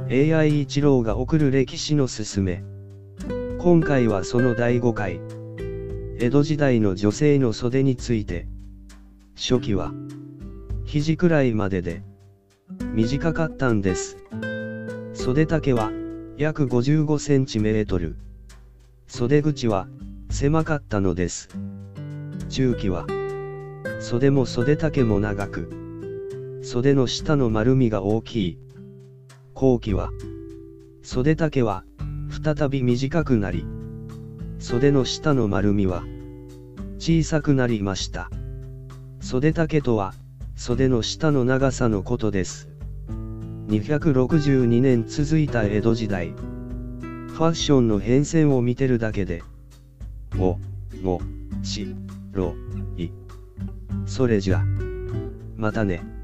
AI 一郎が送る歴史のすすめ。今回はその第5回。江戸時代の女性の袖について。初期は肘くらいまでで短かったんです。袖丈は約55センチメートル。袖口は狭かったのです。中期は袖も袖丈も長く、袖の下の丸みが大きい。後期は袖丈は再び短くなり、袖の下の丸みは小さくなりました。袖丈とは袖の下の長さのことです。262年続いた江戸時代。ファッションの変遷を見てるだけでおもしろい。それじゃまたね。